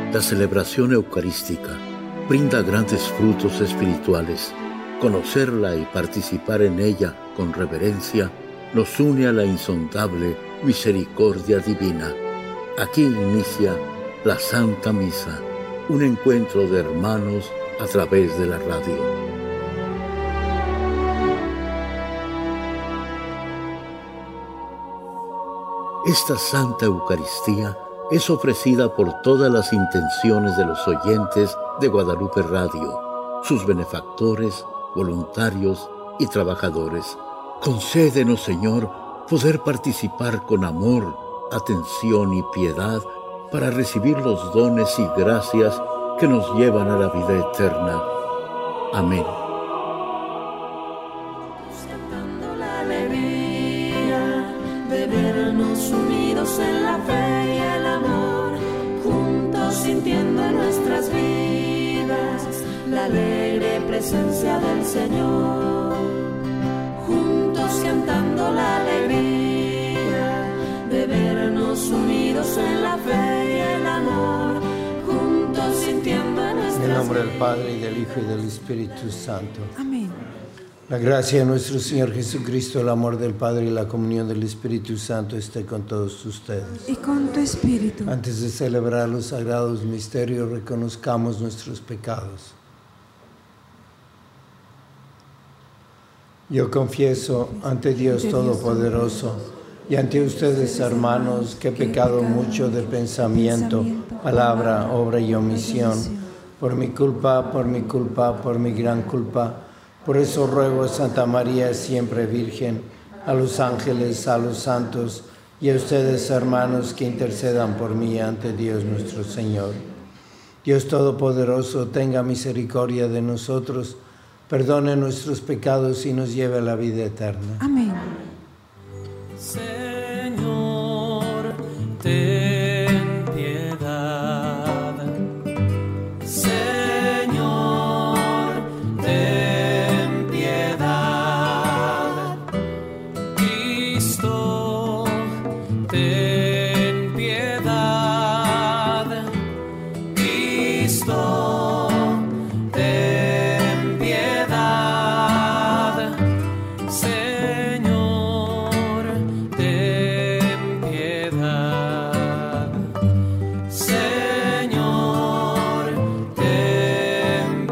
La celebración eucarística brinda grandes frutos espirituales. Conocerla y participar en ella con reverencia nos une a la insondable misericordia divina. Aquí inicia la Santa Misa, un encuentro de hermanos a través de la radio. Esta Santa Eucaristía es ofrecida por todas las intenciones de los oyentes de Guadalupe Radio, sus benefactores, voluntarios y trabajadores. Concédenos, Señor, poder participar con amor, atención y piedad para recibir los dones y gracias que nos llevan a la vida eterna. Amén. Cantando la alegría de vernos unidos en la fe y el amor, juntos sintiendo en nuestras vidas la alegre presencia del Señor, juntos cantando la alegría de vernos unidos en la fe y el amor, juntos sintiendo en nuestras vidas. En el nombre del Padre, y del Hijo, y del Espíritu Santo. Amén. La gracia de nuestro Señor Jesucristo, el amor del Padre y la comunión del Espíritu Santo esté con todos ustedes. Y con tu espíritu. Antes de celebrar los sagrados misterios, reconozcamos nuestros pecados. Yo confieso ante Dios Todopoderoso y ante ustedes, hermanos, que he pecado mucho de pensamiento, palabra, obra y omisión, por mi culpa, por mi gran culpa. Por eso ruego a Santa María, siempre Virgen, a los ángeles, a los santos y a ustedes, hermanos, que intercedan por mí ante Dios nuestro Señor. Dios Todopoderoso, tenga misericordia de nosotros, perdone nuestros pecados y nos lleve a la vida eterna. Amén. Señor, ten piedad. Señor, ten piedad. Cristo, ten piedad. Cristo, ten piedad. Señor, ten piedad. Señor, ten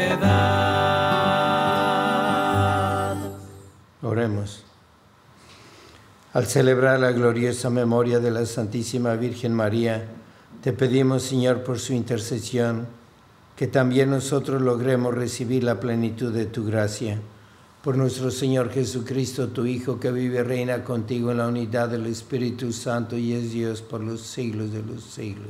piedad. Oremos. Al celebrar la gloriosa memoria de la Santísima Virgen María, te pedimos, Señor, por su intercesión, que también nosotros logremos recibir la plenitud de tu gracia. Por nuestro Señor Jesucristo, tu Hijo, que vive y reina contigo en la unidad del Espíritu Santo y es Dios por los siglos de los siglos.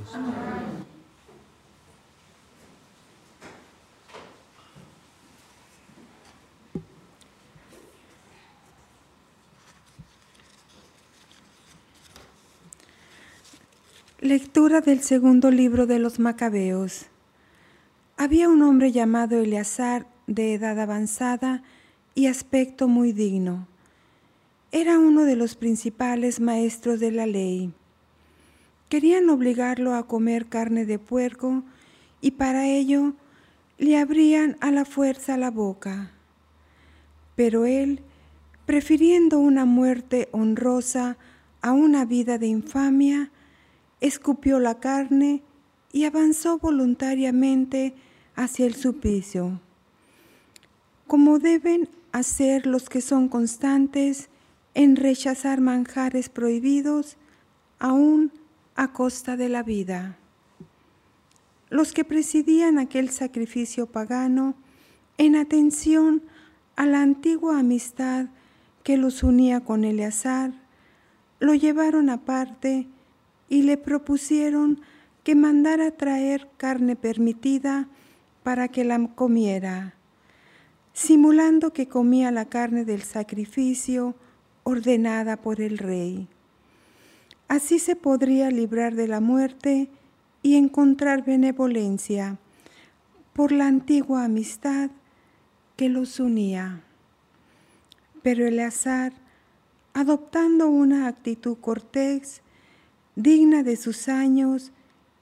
Lectura del segundo libro de los Macabeos. Había un hombre llamado Eleazar, de edad avanzada y aspecto muy digno. Era uno de los principales maestros de la ley. Querían obligarlo a comer carne de puerco y para ello le abrían a la fuerza la boca. Pero él, prefiriendo una muerte honrosa a una vida de infamia, escupió la carne y avanzó voluntariamente hacia el suplicio, como deben hacer los que son constantes en rechazar manjares prohibidos, aún a costa de la vida. Los que presidían aquel sacrificio pagano, en atención a la antigua amistad que los unía con Eleazar, lo llevaron aparte y le propusieron que mandara traer carne permitida para que la comiera, simulando que comía la carne del sacrificio ordenada por el rey. Así se podría librar de la muerte y encontrar benevolencia por la antigua amistad que los unía. Pero Eleazar, adoptando una actitud cortés, digna de sus años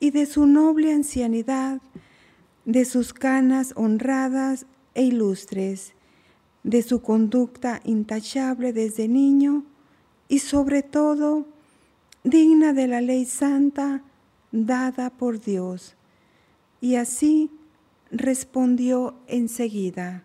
y de su noble ancianidad, de sus canas honradas e ilustres, de su conducta intachable desde niño y sobre todo digna de la ley santa dada por Dios. Y así respondió enseguida: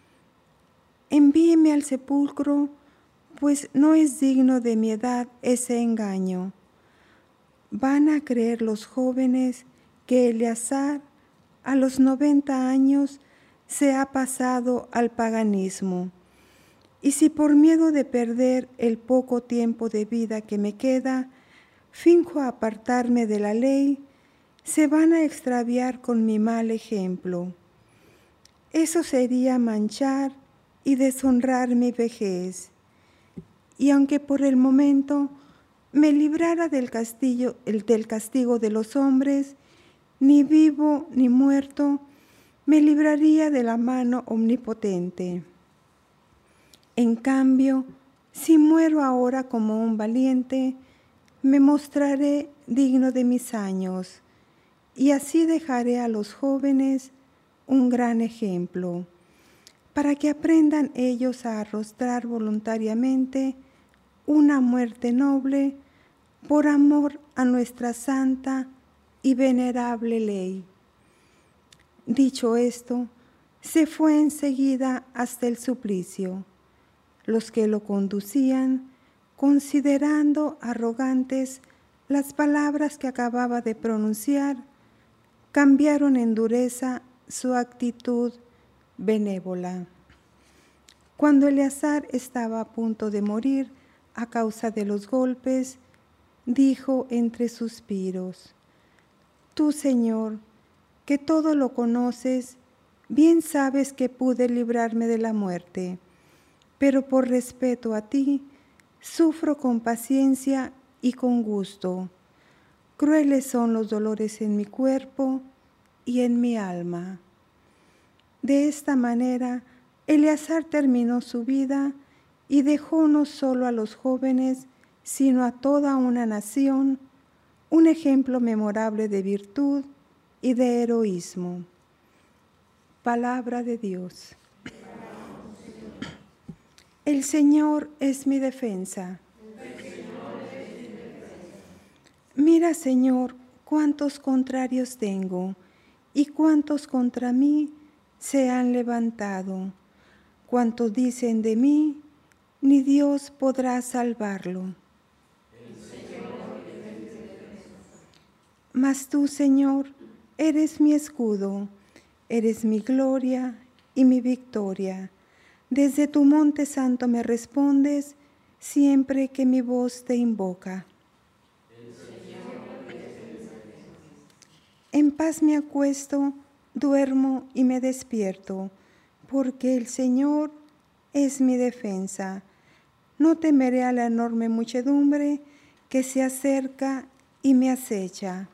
envíeme al sepulcro, pues no es digno de mi edad ese engaño. Van a creer los jóvenes que Eleazar a los 90 años se ha pasado al paganismo. Y si por miedo de perder el poco tiempo de vida que me queda, finjo apartarme de la ley, se van a extraviar con mi mal ejemplo. Eso sería manchar y deshonrar mi vejez. Y aunque por el momento me librara del castigo de los hombres, ni vivo ni muerto, me libraría de la mano omnipotente. En cambio, si muero ahora como un valiente, me mostraré digno de mis años, y así dejaré a los jóvenes un gran ejemplo, para que aprendan ellos a arrostrar voluntariamente una muerte noble por amor a nuestra santa y venerable ley. Dicho esto, se fue enseguida hasta el suplicio. Los que lo conducían, considerando arrogantes las palabras que acababa de pronunciar, cambiaron en dureza su actitud benévola. Cuando Eleazar estaba a punto de morir a causa de los golpes, dijo entre suspiros: Tú, Señor, que todo lo conoces, bien sabes que pude librarme de la muerte, pero por respeto a ti, sufro con paciencia y con gusto. Crueles son los dolores en mi cuerpo y en mi alma. De esta manera, Eleazar terminó su vida y dejó no solo a los jóvenes, sino a toda una nación, un ejemplo memorable de virtud y de heroísmo. Palabra de Dios. El Señor es mi defensa. Mira, Señor, cuántos contrarios tengo y cuántos contra mí se han levantado. Cuántos dicen de mí, ni Dios podrá salvarlo. Mas tú, Señor, eres mi escudo, eres mi gloria y mi victoria. Desde tu monte santo me respondes siempre que mi voz te invoca. En paz me acuesto, duermo y me despierto, porque el Señor es mi defensa. No temeré a la enorme muchedumbre que se acerca y me acecha.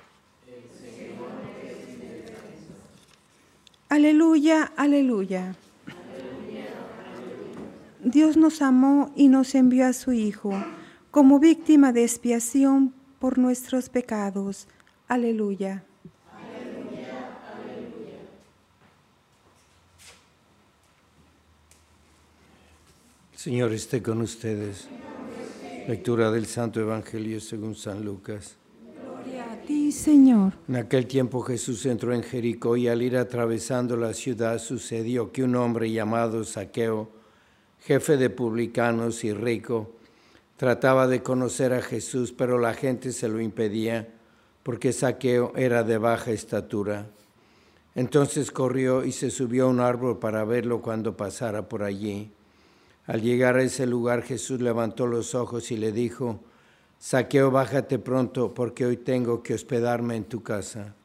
Aleluya, aleluya. Dios nos amó y nos envió a su Hijo como víctima de expiación por nuestros pecados. Aleluya. Aleluya, aleluya. El Señor esté con ustedes. Lectura del Santo Evangelio según San Lucas. Gloria a ti, Señor. En aquel tiempo Jesús entró en Jericó y al ir atravesando la ciudad sucedió que un hombre llamado Zaqueo, jefe de publicanos y rico, trataba de conocer a Jesús, pero la gente se lo impedía porque Zaqueo era de baja estatura. Entonces corrió y se subió a un árbol para verlo cuando pasara por allí. Al llegar a ese lugar, Jesús levantó los ojos y le dijo: Zaqueo, bájate pronto, porque hoy tengo que hospedarme en tu casa.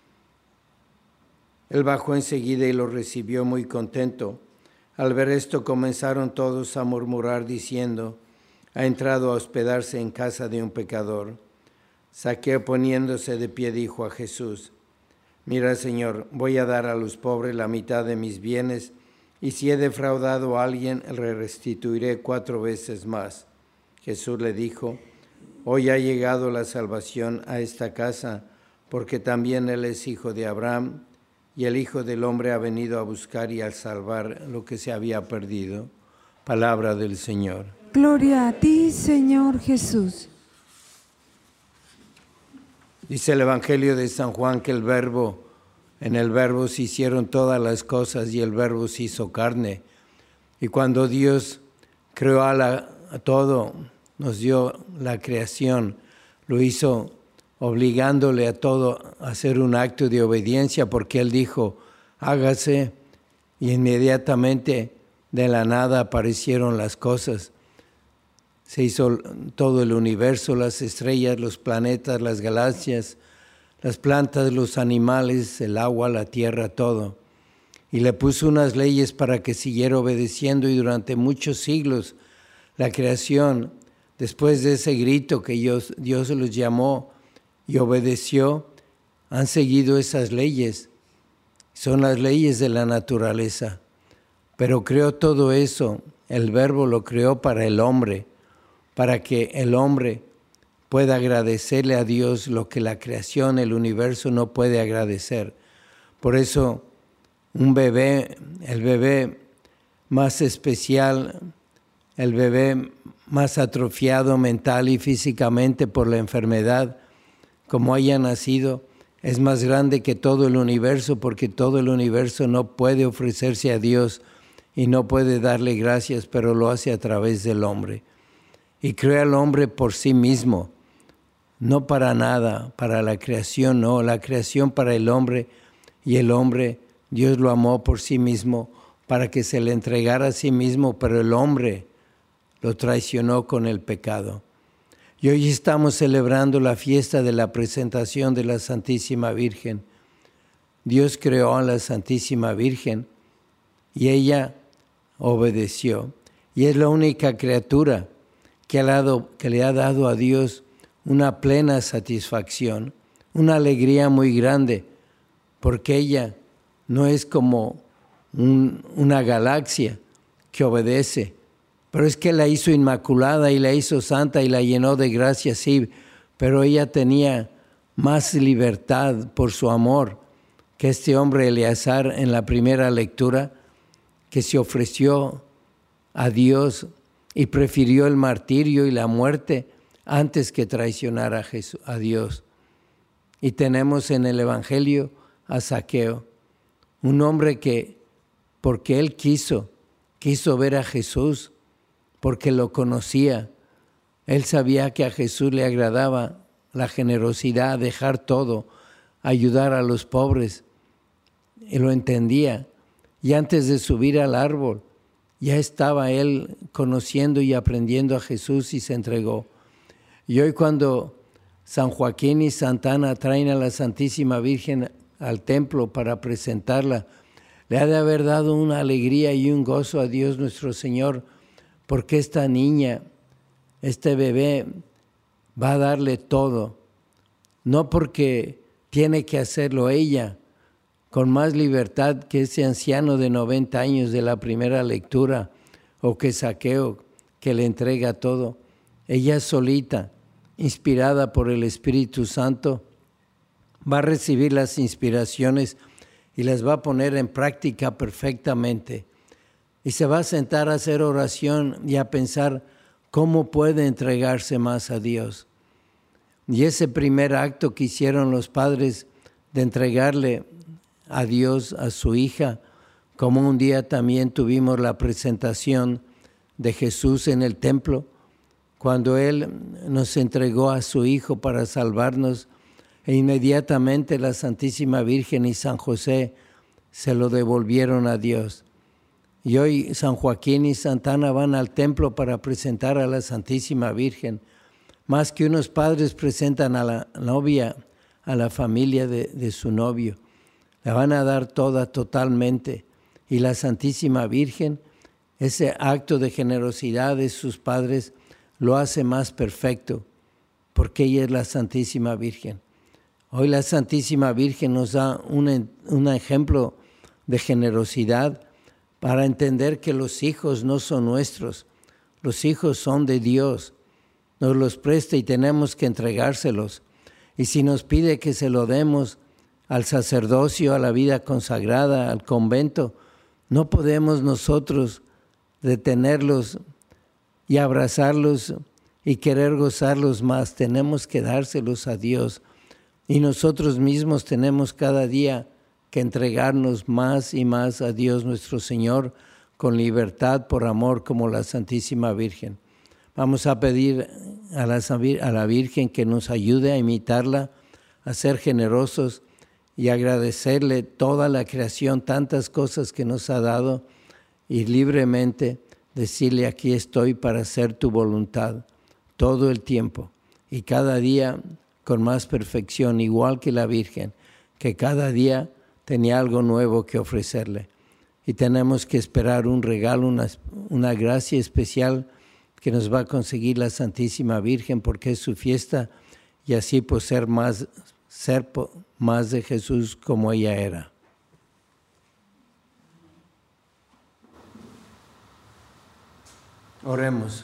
Él bajó enseguida y lo recibió muy contento. Al ver esto, comenzaron todos a murmurar diciendo: ha entrado a hospedarse en casa de un pecador. Zaqueo, poniéndose de pie, dijo a Jesús: mira, Señor, voy a dar a los pobres la mitad de mis bienes, y si he defraudado a alguien, le restituiré 4 veces más. Jesús le dijo: hoy ha llegado la salvación a esta casa, porque también Él es hijo de Abraham, y el Hijo del Hombre ha venido a buscar y a salvar lo que se había perdido. Palabra del Señor. Gloria a ti, Señor Jesús. Dice el Evangelio de San Juan que en el Verbo se hicieron todas las cosas y el Verbo se hizo carne. Y cuando Dios creó a todo, nos dio la creación, lo hizo obligándole a todo a hacer un acto de obediencia, porque Él dijo, hágase, y inmediatamente de la nada aparecieron las cosas. Se hizo todo el universo, las estrellas, los planetas, las galaxias, las plantas, los animales, el agua, la tierra, todo. Y le puso unas leyes para que siguiera obedeciendo, y durante muchos siglos la creación, después de ese grito que Dios los llamó y obedeció, han seguido esas leyes. Son las leyes de la naturaleza. Pero creó todo eso, el Verbo lo creó para el hombre, para que el hombre pueda agradecerle a Dios lo que la creación, el universo no puede agradecer. Por eso el bebé más especial, el bebé más atrofiado mental y físicamente por la enfermedad, como haya nacido, es más grande que todo el universo, porque todo el universo no puede ofrecerse a Dios y no puede darle gracias, pero lo hace a través del hombre. Y crea al hombre por sí mismo, no para nada, para la creación, no, la creación para el hombre, y el hombre, Dios lo amó por sí mismo, para que se le entregara a sí mismo, pero el hombre lo traicionó con el pecado. Y hoy estamos celebrando la fiesta de la presentación de la Santísima Virgen. Dios creó a la Santísima Virgen y ella obedeció. Y es la única criatura que le ha dado a Dios una plena satisfacción, una alegría muy grande, porque ella no es como una galaxia que obedece, pero es que la hizo inmaculada y la hizo santa y la llenó de gracia, sí, pero ella tenía más libertad por su amor que este hombre Eleazar en la primera lectura, que se ofreció a Dios y prefirió el martirio y la muerte antes que traicionar a Dios. Y tenemos en el Evangelio a Zaqueo, un hombre que, porque él quiso ver a Jesús, porque lo conocía. Él sabía que a Jesús le agradaba la generosidad, dejar todo, ayudar a los pobres. Y lo entendía. Y antes de subir al árbol, ya estaba él conociendo y aprendiendo a Jesús y se entregó. Y hoy cuando San Joaquín y Santa Ana traen a la Santísima Virgen al templo para presentarla, le ha de haber dado una alegría y un gozo a Dios nuestro Señor, porque esta niña, este bebé, va a darle todo, no porque tiene que hacerlo ella, con más libertad que ese anciano de 90 años de la primera lectura, o que Zaqueo, que le entrega todo. Ella solita, inspirada por el Espíritu Santo, va a recibir las inspiraciones y las va a poner en práctica perfectamente. Y se va a sentar a hacer oración y a pensar cómo puede entregarse más a Dios. Y ese primer acto que hicieron los padres de entregarle a Dios a su hija, como un día también tuvimos la presentación de Jesús en el templo, cuando Él nos entregó a su Hijo para salvarnos, e inmediatamente la Santísima Virgen y San José se lo devolvieron a Dios. Y hoy San Joaquín y Santa Ana van al templo para presentar a la Santísima Virgen. Más que unos padres presentan a la novia, a la familia de su novio. La van a dar toda totalmente. Y la Santísima Virgen, ese acto de generosidad de sus padres, lo hace más perfecto, porque ella es la Santísima Virgen. Hoy la Santísima Virgen nos da un ejemplo de generosidad para entender que los hijos no son nuestros, los hijos son de Dios, nos los presta y tenemos que entregárselos. Y si nos pide que se lo demos al sacerdocio, a la vida consagrada, al convento, no podemos nosotros detenerlos y abrazarlos y querer gozarlos más. Tenemos que dárselos a Dios. Y nosotros mismos tenemos cada día que entregarnos más y más a Dios nuestro Señor con libertad, por amor, como la Santísima Virgen. Vamos a pedir a la Virgen que nos ayude a imitarla, a ser generosos y agradecerle toda la creación, tantas cosas que nos ha dado, y libremente decirle: aquí estoy para hacer tu voluntad todo el tiempo y cada día con más perfección, igual que la Virgen, que cada día tenía algo nuevo que ofrecerle. Y tenemos que esperar un regalo, una gracia especial que nos va a conseguir la Santísima Virgen, porque es su fiesta, y así pues ser más de Jesús como ella era. Oremos.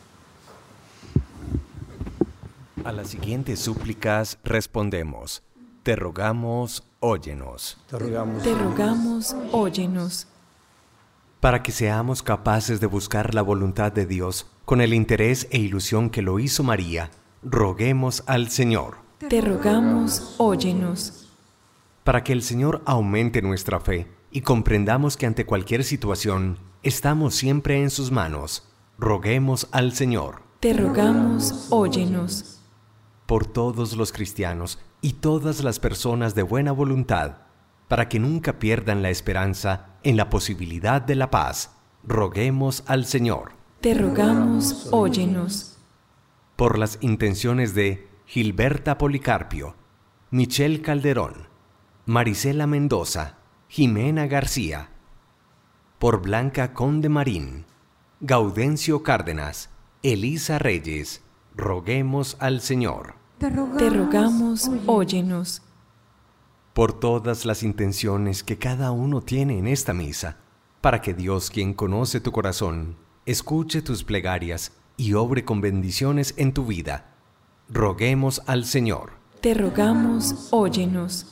A las siguientes súplicas respondemos: te rogamos, óyenos. Te rogamos, óyenos. Para que seamos capaces de buscar la voluntad de Dios con el interés e ilusión que lo hizo María, roguemos al Señor. Te rogamos, óyenos. Para que el Señor aumente nuestra fe y comprendamos que ante cualquier situación estamos siempre en sus manos, roguemos al Señor. Te rogamos, óyenos. Por todos los cristianos y todas las personas de buena voluntad, para que nunca pierdan la esperanza en la posibilidad de la paz, roguemos al Señor. Te rogamos, óyenos. Por las intenciones de Gilberta Policarpio, Michelle Calderón, Marisela Mendoza, Jimena García. Por Blanca Conde Marín, Gaudencio Cárdenas, Elisa Reyes, roguemos al Señor. Te rogamos, óyenos. Por todas las intenciones que cada uno tiene en esta misa, para que Dios, quien conoce tu corazón, escuche tus plegarias y obre con bendiciones en tu vida, roguemos al Señor. Te rogamos, óyenos.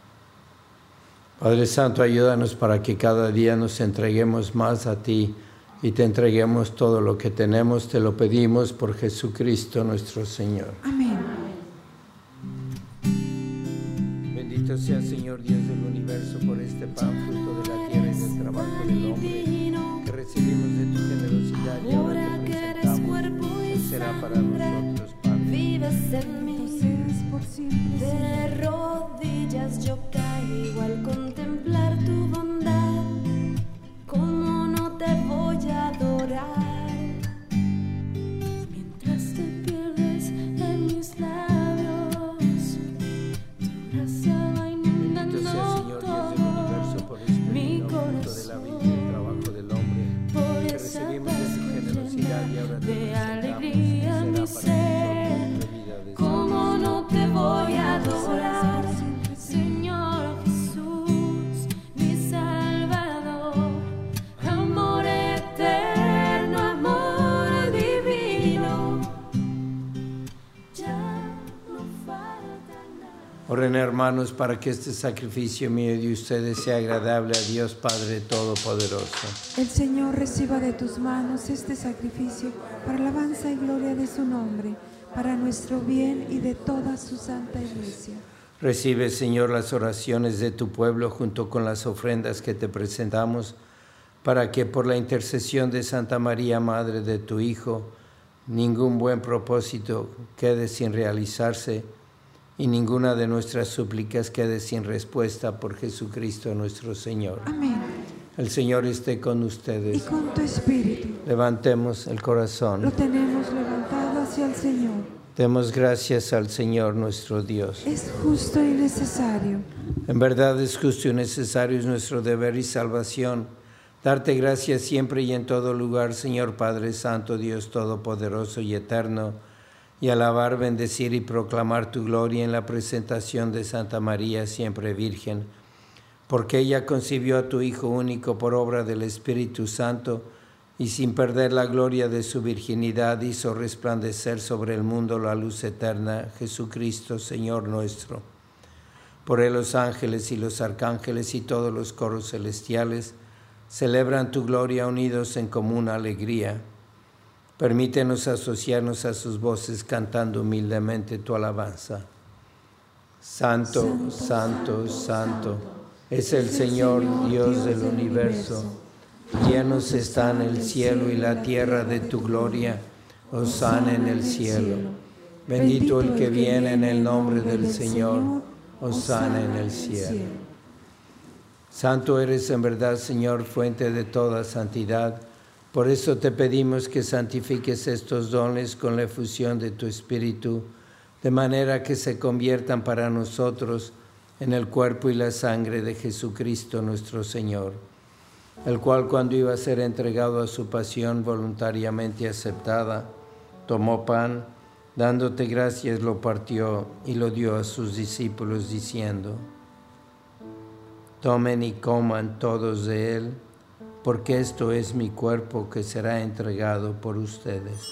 Padre Santo, ayúdanos para que cada día nos entreguemos más a ti y te entreguemos todo lo que tenemos. Te lo pedimos por Jesucristo nuestro Señor. Amén. Bendito sea, Señor Dios del universo, por este pan, fruto de la tierra y del trabajo del hombre, que recibimos de tu generosidad y ahora te presentamos, que será para nosotros pan. Vives en mí, Seas por siempre, de rodillas yo caigo al contemplar tu bondad. ¿Cómo no te voy a adorar? Mientras te pierdes en mis labios, tu gracia va inundando Bendito sea, Señor Dios del universo, por este mi vino, fruto de la vida y del trabajo del hombre, por que esa recibimos de tu generosidad y ahora te de presentamos, alegría mi que será para ser. nosotros la vida de ¿Cómo no te voy a adorar, Señor Jesús, mi Salvador? Amor eterno, amor divino, ya no falta nada. Oren, hermanos, para que este sacrificio mío y de ustedes sea agradable a Dios Padre Todopoderoso. el Señor reciba de tus manos este sacrificio para alabanza y gloria de su nombre, para nuestro bien y de toda su santa Iglesia. Recibe, Señor, las oraciones de tu pueblo junto con las ofrendas que te presentamos, para que por la intercesión de Santa María, Madre de tu Hijo, ningún buen propósito quede sin realizarse y ninguna de nuestras súplicas quede sin respuesta, por Jesucristo nuestro Señor. Amén. El Señor esté con Y ustedes. con tu espíritu Levantemos el lo corazón. tenemos levantado hacia el Señor. Demos gracias al Señor nuestro Dios. Es justo y necesario. En verdad es justo y necesario, es nuestro deber y salvación, darte gracias siempre y en todo lugar, Señor Padre Santo, Dios Todopoderoso y Eterno, y alabar, bendecir y proclamar tu gloria en la presentación de Santa María, siempre Virgen, porque ella concibió a tu Hijo único por obra del Espíritu Santo, y sin perder la gloria de su virginidad hizo resplandecer sobre el mundo la luz eterna, Jesucristo, Señor nuestro. Por él los ángeles y los arcángeles y todos los coros celestiales celebran tu gloria unidos en común alegría. Permítenos asociarnos a sus voces cantando humildemente tu alabanza. Santo, santo, santo, es el Señor Dios del universo. Llenos están el cielo y la tierra de tu gloria. Hosana en el cielo. Bendito el que viene en el nombre del Señor. Hosana en el cielo. Santo eres en verdad, Señor, fuente de toda santidad. Por eso te pedimos que santifiques estos dones con la efusión de tu Espíritu, de manera que se conviertan para nosotros en el cuerpo y la sangre de Jesucristo nuestro Señor, el cual cuando iba a ser entregado a su pasión voluntariamente aceptada, tomó pan, dándote gracias lo partió y lo dio a sus discípulos diciendo: tomen y coman todos de él, porque esto es mi cuerpo que será entregado por ustedes.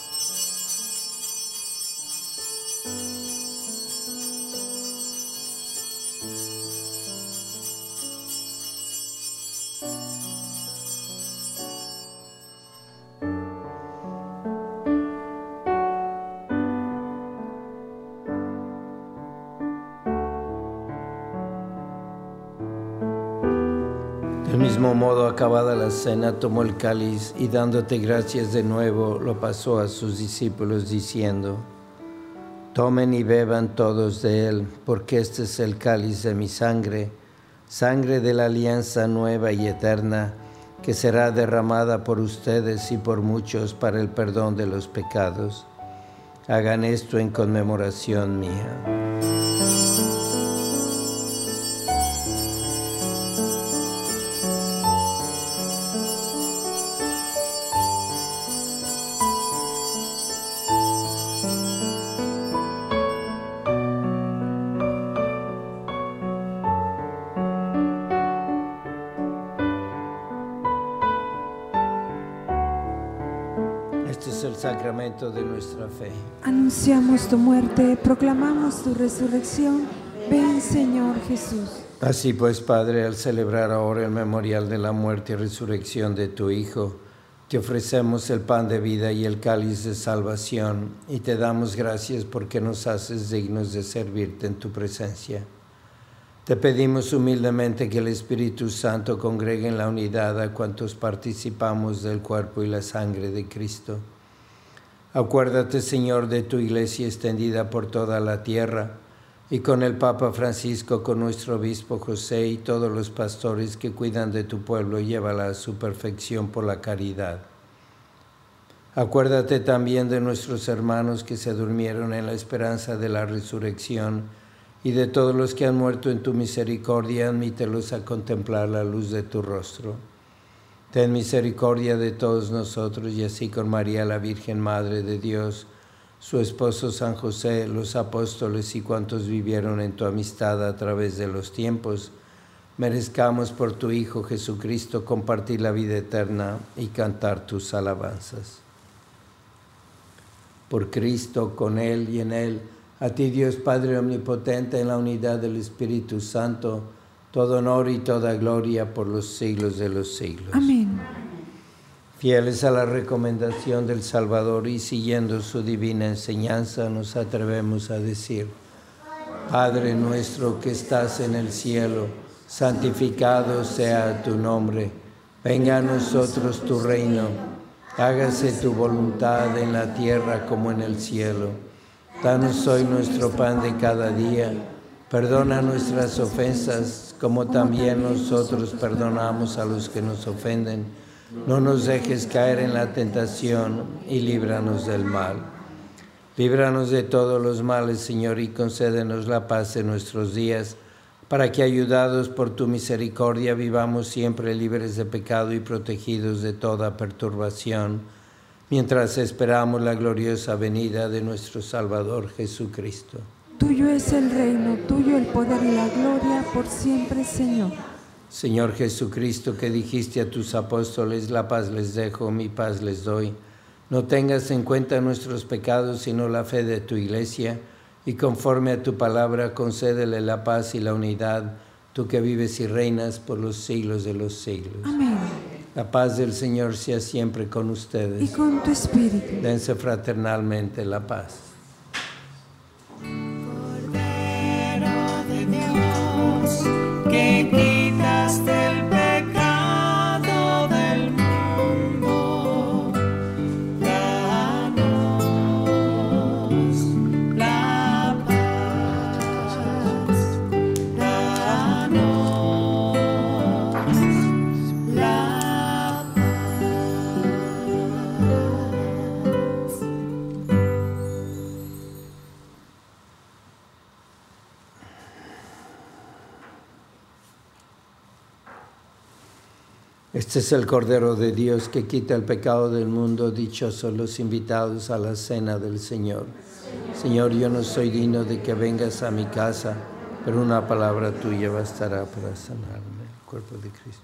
Del mismo modo, acabada la cena, tomó el cáliz y dándote gracias de nuevo, lo pasó a sus discípulos diciendo: tomen y beban todos de él, porque este es el cáliz de mi sangre, sangre de la alianza nueva y eterna, que será derramada por ustedes y por muchos para el perdón de los pecados. Hagan esto en conmemoración mía. Este es el sacramento de nuestra fe. Anunciamos tu muerte, proclamamos tu resurrección. Ven, Señor Jesús. Así pues, Padre, al celebrar ahora el memorial de la muerte y resurrección de tu Hijo, te ofrecemos el pan de vida y el cáliz de salvación, y te damos gracias porque nos haces dignos de servirte en tu presencia. Te pedimos humildemente que el Espíritu Santo congregue en la unidad a cuantos participamos del cuerpo y la sangre de Cristo. Acuérdate, Señor, de tu Iglesia extendida por toda la tierra, y con el Papa Francisco, con nuestro Obispo José y todos los pastores que cuidan de tu pueblo, llévala a su perfección por la caridad. Acuérdate también de nuestros hermanos que se durmieron en la esperanza de la resurrección, y de todos los que han muerto en tu misericordia, admítelos a contemplar la luz de tu rostro. Ten misericordia de todos nosotros, y así con María, la Virgen Madre de Dios, su esposo San José, los apóstoles y cuantos vivieron en tu amistad a través de los tiempos, merezcamos por tu Hijo Jesucristo compartir la vida eterna y cantar tus alabanzas. Por Cristo, con Él y en Él, a ti, Dios Padre omnipotente, en la unidad del Espíritu Santo, todo honor y toda gloria por los siglos de los siglos. Amén. Fieles a la recomendación del Salvador y siguiendo su divina enseñanza, nos atrevemos a decir: Padre nuestro que estás en el cielo, santificado sea tu nombre. Venga a nosotros tu reino. Hágase tu voluntad en la tierra como en el cielo. Danos hoy nuestro pan de cada día. Perdona nuestras ofensas, como también nosotros perdonamos a los que nos ofenden. No nos dejes caer en la tentación y líbranos del mal. Líbranos de todos los males, Señor, y concédenos la paz en nuestros días, para que, ayudados por tu misericordia, vivamos siempre libres de pecado y protegidos de toda perturbación, mientras esperamos la gloriosa venida de nuestro Salvador Jesucristo. Tuyo es el reino, tuyo el poder y la gloria por siempre, Señor. Señor Jesucristo, que dijiste a tus apóstoles, la paz les dejo, mi paz les doy. No tengas en cuenta nuestros pecados, sino la fe de tu Iglesia, y conforme a tu palabra, concédele la paz y la unidad, tú que vives y reinas por los siglos de los siglos. Amén. La paz del Señor sea siempre con ustedes. Y con tu espíritu. Dense fraternalmente la paz. Cordero de Dios, que quitaste el pecado del mundo, danos la paz, danos la paz. Este es el Cordero de Dios que quita el pecado del mundo. Dichosos los invitados a la cena del Señor. Señor, yo no soy digno de que vengas a mi casa, pero una palabra tuya bastará para sanarme. El cuerpo de Cristo.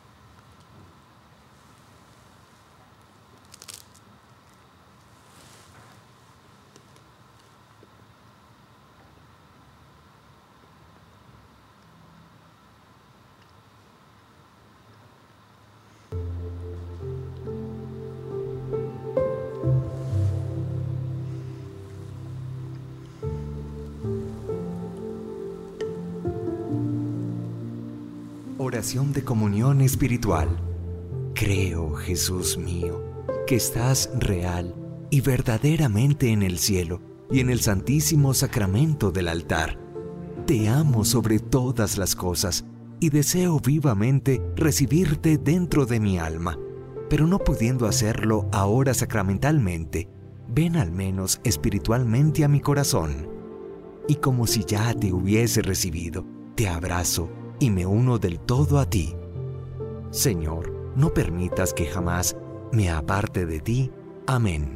Oración de comunión espiritual. Creo, Jesús mío, que estás real y verdaderamente en el cielo y en el santísimo sacramento del altar. Te amo sobre todas las cosas y deseo vivamente recibirte dentro de mi alma, pero no pudiendo hacerlo ahora sacramentalmente, ven al menos espiritualmente a mi corazón. Y como si ya te hubiese recibido, te abrazo y me uno del todo a ti. Señor, no permitas que jamás me aparte de ti. Amén.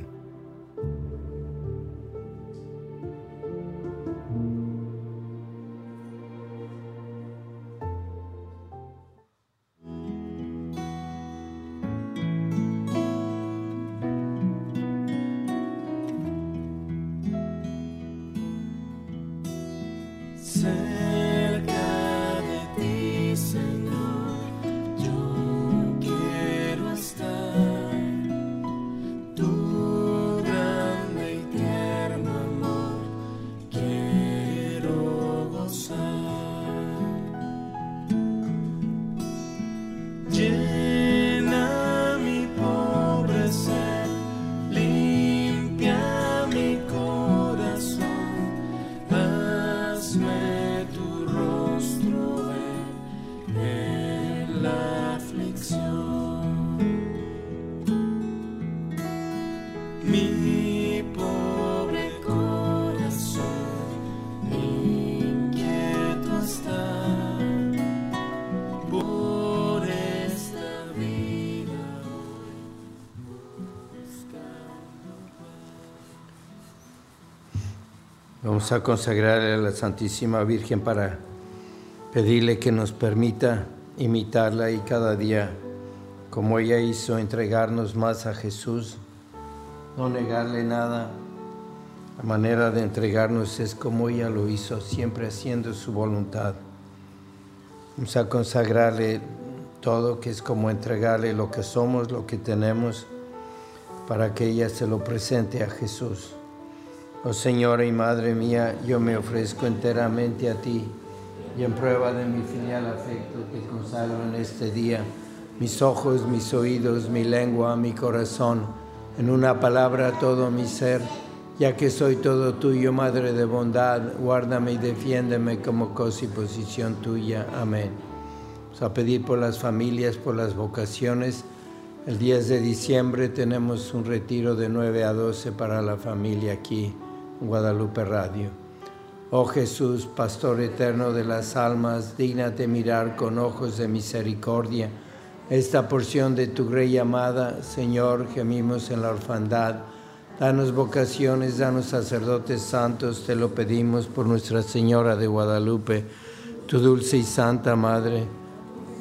Cerca de ti, Señor, yo quiero estar. Tu grande y tierno amor quiero gozar. Llena mi pobre ser, limpia mi corazón. Hazme tu rostro ver en la aflicción. Mi pobre corazón inquieto está por esta vida buscando paz. Vamos a consagrarle a la Santísima Virgen para pedirle que nos permita imitarla y cada día, como ella hizo, entregarnos más a Jesús, no negarle nada. La manera de entregarnos es como ella lo hizo, siempre haciendo su voluntad. Vamos a consagrarle todo, que es como entregarle lo que somos, lo que tenemos, para que ella se lo presente a Jesús. Oh Señora y Madre mía, yo me ofrezco enteramente a ti y en prueba de mi filial afecto te consagro en este día mis ojos, mis oídos, mi lengua, mi corazón, en una palabra todo mi ser, ya que soy todo tuyo, Madre de bondad, guárdame y defiéndeme como cosa y posición tuya. Amén. Vamos a pedir por las familias, por las vocaciones. El 10 de diciembre tenemos un retiro de 9 a 12 para la familia aquí en Guadalupe Radio. Oh Jesús, Pastor eterno de las almas, dígnate mirar con ojos de misericordia esta porción de tu Grey amada. Señor, gemimos en la orfandad. Danos vocaciones, danos sacerdotes santos, te lo pedimos por Nuestra Señora de Guadalupe, tu dulce y santa Madre.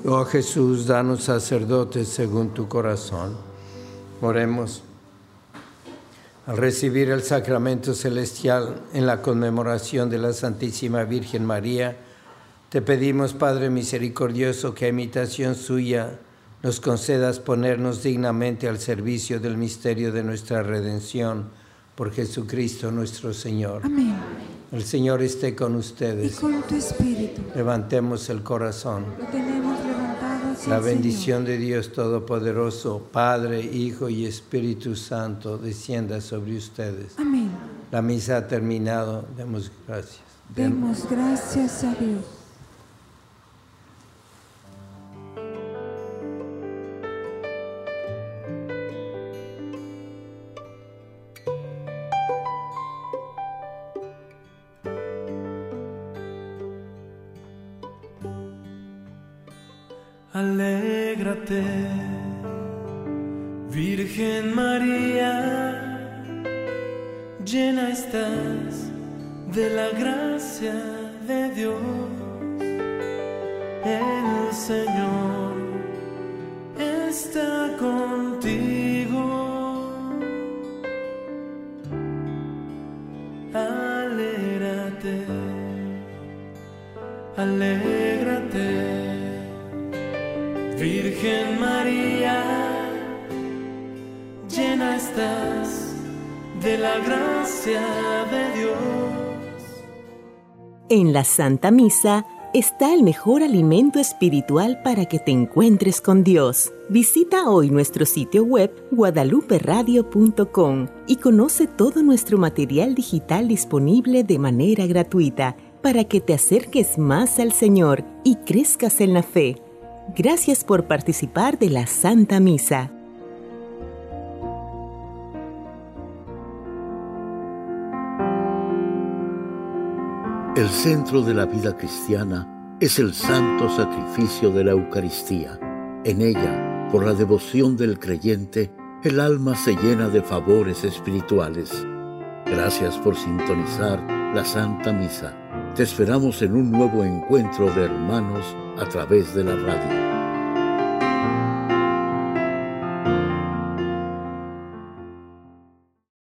Oh Jesús, danos sacerdotes según tu corazón. Oremos. Al recibir el sacramento celestial en la conmemoración de la Santísima Virgen María, te pedimos, Padre misericordioso, que a imitación suya nos concedas ponernos dignamente al servicio del misterio de nuestra redención, por Jesucristo nuestro Señor. Amén. El Señor esté con ustedes. Y con tu espíritu. Levantemos el corazón. Lo tenemos levantado hacia La el bendición de Dios Todopoderoso, Padre, Hijo y Espíritu Santo, descienda sobre ustedes. Señor. Amén. La misa ha terminado. Demos gracias. Demos gracias a Dios. Alégrate, Virgen María, llena estás de la gracia de Dios. El Señor está contigo. Alégrate, alégrate, Virgen María, llena estás de la gracia de Dios. En la Santa Misa está el mejor alimento espiritual para que te encuentres con Dios. Visita hoy nuestro sitio web guadaluperadio.com y conoce todo nuestro material digital disponible de manera gratuita para que te acerques más al Señor y crezcas en la fe. Gracias por participar de la Santa Misa. El centro de la vida cristiana es el santo sacrificio de la Eucaristía. En ella, por la devoción del creyente, el alma se llena de favores espirituales. Gracias por sintonizar la Santa Misa. Te esperamos en un nuevo encuentro de hermanos a través de la radio.